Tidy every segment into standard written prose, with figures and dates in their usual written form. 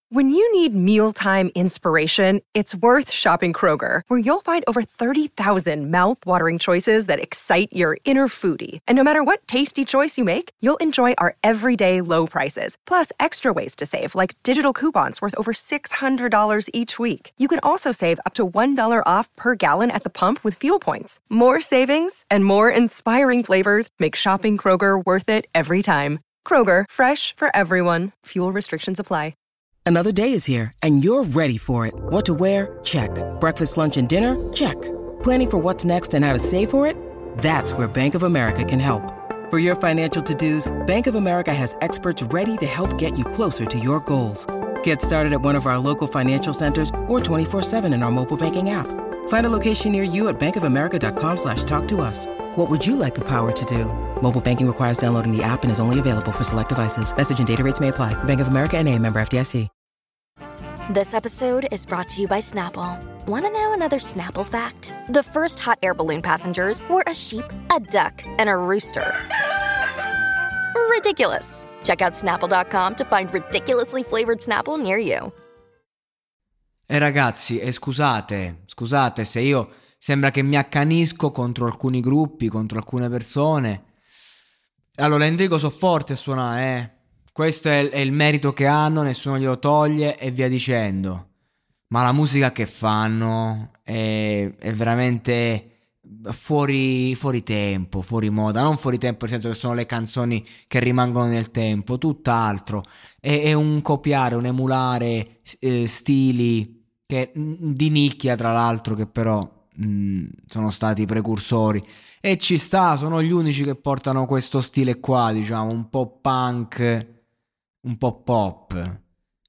When you need mealtime inspiration, it's worth shopping Kroger, where you'll find over 30,000 mouth-watering choices that excite your inner foodie. And no matter what tasty choice you make, you'll enjoy our everyday low prices, plus extra ways to save, like digital coupons worth over $600 each week. You can also save up to $1 off per gallon at the pump with fuel points. More savings and more inspiring flavors make shopping Kroger worth it every time. Kroger, fresh for everyone. Fuel restrictions apply. Another day is here, and you're ready for it. What to wear? Check. Breakfast, lunch, and dinner? Check. Planning for what's next and how to save for it? That's where Bank of America can help. For your financial to-dos, Bank of America has experts ready to help get you closer to your goals. Get started at one of our local financial centers or 24/7 in our mobile banking app. Find a location near you at bankofamerica.com/talktous. What would you like the power to do? Mobile banking requires downloading the app and is only available for select devices. Message and data rates may apply. Bank of America N.A., member FDIC. This episode is brought to you by Snapple. Want to know another Snapple fact? The first hot air balloon passengers were a sheep, a duck, and a rooster. Ridiculous. Check out snapple.com to find ridiculously flavored Snapple near you. Ragazzi, scusate se io sembra che mi accanisco contro alcuni gruppi, contro alcune persone. Allora, Endrigo so forte a suonare, Questo è il merito che hanno, nessuno glielo toglie e via dicendo. Ma la musica che fanno è veramente fuori tempo, fuori moda. Non fuori tempo nel senso che sono le canzoni che rimangono nel tempo, tutt'altro. È un copiare, un emulare stili che, di nicchia tra l'altro, che però sono stati precursori. E ci sta, sono gli unici che portano questo stile qua, diciamo, un po' punk, un po' pop.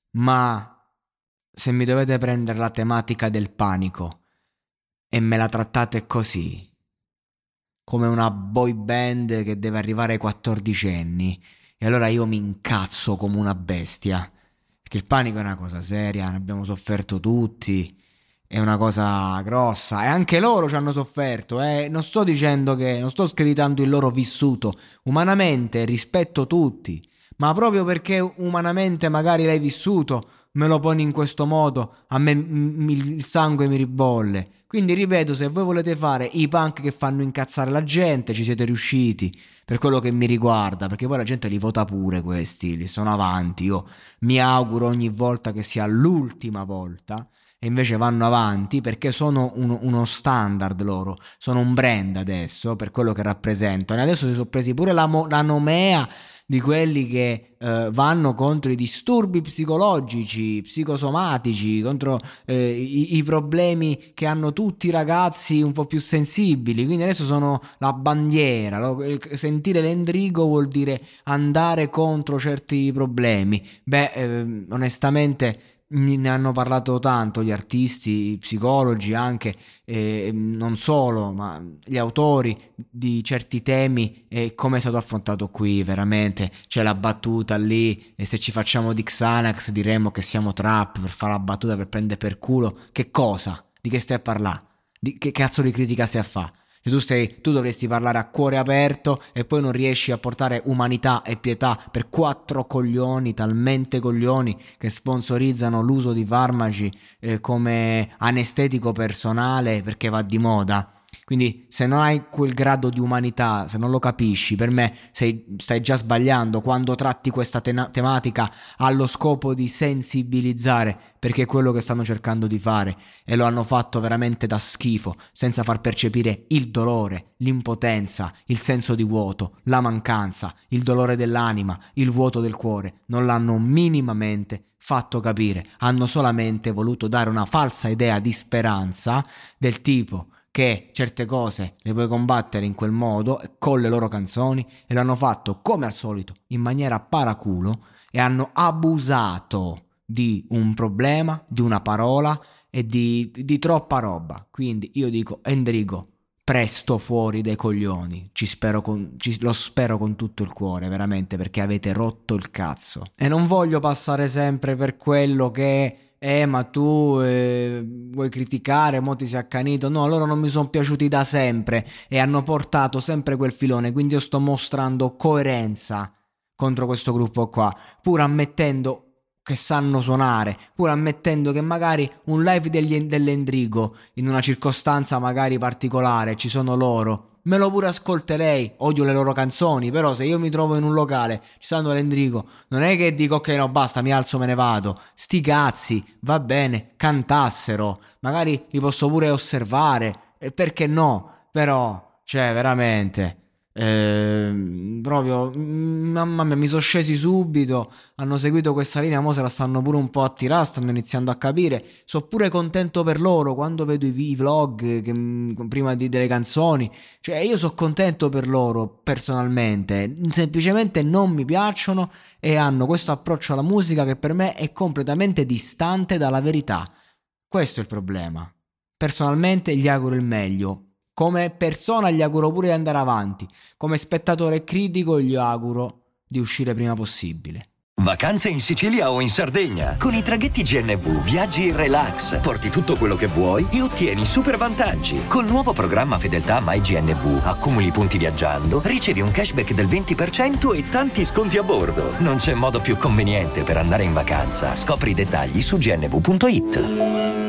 Ma se mi dovete prendere la tematica del panico e me la trattate così, come una boy band che deve arrivare ai 14 anni, e allora io mi incazzo come una bestia, perché il panico è una cosa seria, ne abbiamo sofferto tutti, è una cosa grossa, e anche loro ci hanno sofferto, non sto dicendo non sto screditando il loro vissuto, umanamente rispetto tutti, ma proprio perché umanamente magari l'hai vissuto, me lo poni in questo modo, a me il sangue mi ribolle. Quindi ripeto, se voi volete fare i punk che fanno incazzare la gente, ci siete riusciti, per quello che mi riguarda, perché poi la gente li vota pure questi, li sono avanti. Io mi auguro ogni volta che sia l'ultima volta, e invece vanno avanti perché sono uno standard loro, sono un brand adesso per quello che rappresentano, e adesso si sono presi pure la nomea di quelli che vanno contro i disturbi psicologici, psicosomatici, contro i problemi che hanno tutti i ragazzi un po' più sensibili. Quindi adesso sono la bandiera. Sentire l'Endrigo vuol dire andare contro certi problemi. Onestamente ne hanno parlato tanto gli artisti, i psicologi anche, non solo, ma gli autori di certi temi, e come è stato affrontato qui. Veramente c'è la battuta lì, e se ci facciamo di Xanax diremmo che siamo trap, per fare la battuta, per prendere per culo. Che cosa? Di che stai a parlare? Di che cazzo di critica stai a fa'? Tu dovresti parlare a cuore aperto, e poi non riesci a portare umanità e pietà per 4 coglioni, talmente coglioni, che sponsorizzano l'uso di farmaci come anestetico personale perché va di moda. Quindi se non hai quel grado di umanità, se non lo capisci, per me stai già sbagliando quando tratti questa tematica allo scopo di sensibilizzare, perché è quello che stanno cercando di fare, e lo hanno fatto veramente da schifo, senza far percepire il dolore, l'impotenza, il senso di vuoto, la mancanza, il dolore dell'anima, il vuoto del cuore. Non l'hanno minimamente fatto capire, hanno solamente voluto dare una falsa idea di speranza, del tipo che certe cose le puoi combattere in quel modo, con le loro canzoni, e l'hanno fatto come al solito in maniera paraculo, e hanno abusato di un problema, di una parola e di troppa roba. Quindi io dico: Endrigo, presto fuori dai coglioni, lo spero con tutto il cuore, veramente, perché avete rotto il cazzo. E non voglio passare sempre per quello che ma tu vuoi criticare, mo ti sei accanito. No, loro non mi sono piaciuti da sempre e hanno portato sempre quel filone, quindi io sto mostrando coerenza contro questo gruppo qua, pur ammettendo che sanno suonare, pur ammettendo che magari un live dell'Endrigo in una circostanza magari particolare ci sono loro, me lo pure ascolterei, odio le loro canzoni, però se io mi trovo in un locale, ci stanno l'Endrigo, non è che dico ok no basta, mi alzo, me ne vado, sti cazzi, va bene, cantassero, magari li posso pure osservare, e perché no, però, cioè veramente... proprio mamma mia, mi sono scesi subito, hanno seguito questa linea, mo se la stanno pure un po' a tirare, stanno iniziando a capire, sono pure contento per loro quando vedo i vlog prima delle canzoni, cioè io sono contento per loro personalmente, semplicemente non mi piacciono e hanno questo approccio alla musica che per me è completamente distante dalla verità. Questo è il problema. Personalmente gli auguro il meglio. Come persona gli auguro pure di andare avanti. Come spettatore e critico gli auguro di uscire prima possibile. Vacanze in Sicilia o in Sardegna. Con i traghetti GNV viaggi in relax, porti tutto quello che vuoi e ottieni super vantaggi. Col nuovo programma Fedeltà MyGNV accumuli punti viaggiando, ricevi un cashback del 20% e tanti sconti a bordo. Non c'è modo più conveniente per andare in vacanza. Scopri i dettagli su gnv.it.